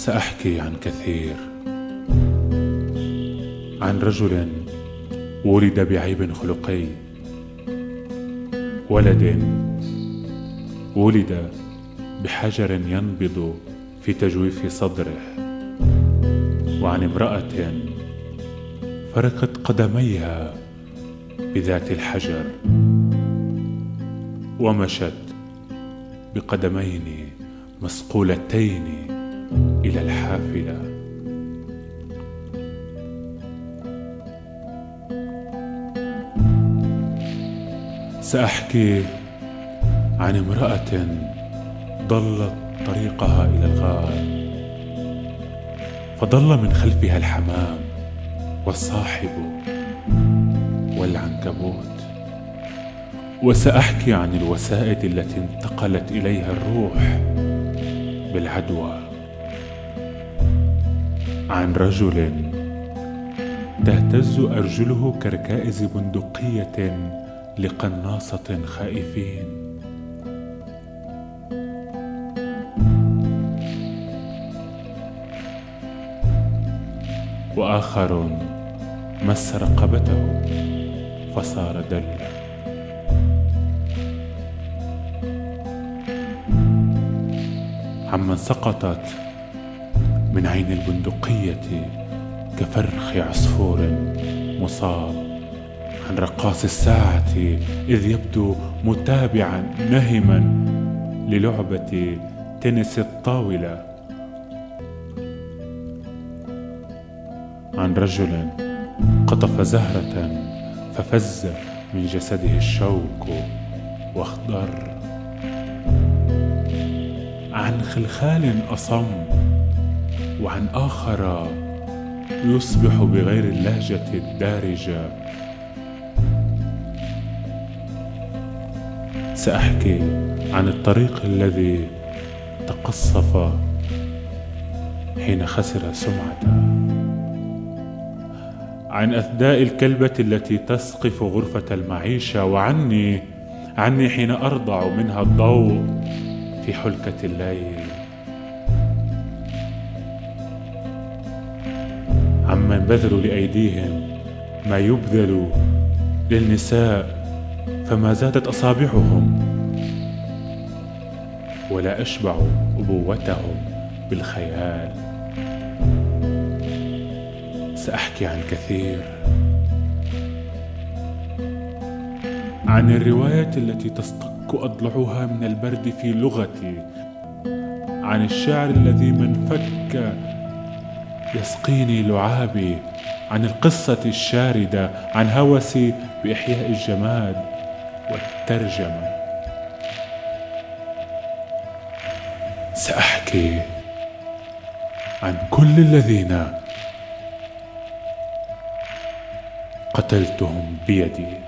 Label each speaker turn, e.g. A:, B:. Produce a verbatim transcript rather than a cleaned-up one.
A: سأحكي عن كثير، عن رجل ولد بعيب خلقي، ولد ولد بحجر ينبض في تجويف صدره، وعن امرأة فرقت قدميها بذات الحجر ومشت بقدمين مسقولتين إلى الحافلة. سأحكي عن امرأة ضلت طريقها إلى الغار، فضل من خلفها الحمام والصاحب والعنكبوت. وسأحكي عن الوسائد التي انتقلت إليها الروح بالعدوى، عن رجل تهتز أرجله كركائز بندقية لقناصة خائفين، وآخر مس رقبته فصار دلا، عمن سقطت من عين البندقية كفرخ عصفور مصاب، عن رقاص الساعة إذ يبدو متابعا نهما للعبة تنس الطاولة، عن رجل قطف زهرة ففز من جسده الشوك واخضر، عن خلخال أصم، وعن آخر يصبح بغير اللهجة الدارجة. سأحكي عن الطريق الذي تقصف حين خسر سمعته، عن أثداء الكلبة التي تسقف غرفة المعيشة، وعني عني حين أرضع منها الضوء في حلكة الليل، عمن بذلوا لأيديهم ما يبذل للنساء فما زادت أصابعهم ولا أشبع أبوتهم بالخيال. سأحكي عن كثير، عن الرواية التي تصطك أضلعها من البرد في لغتي، عن الشعر الذي من فك يسقيني لعابي، عن القصة الشاردة، عن هوسي بإحياء الجماد والترجمة. سأحكي عن كل الذين قتلتهم بيدي.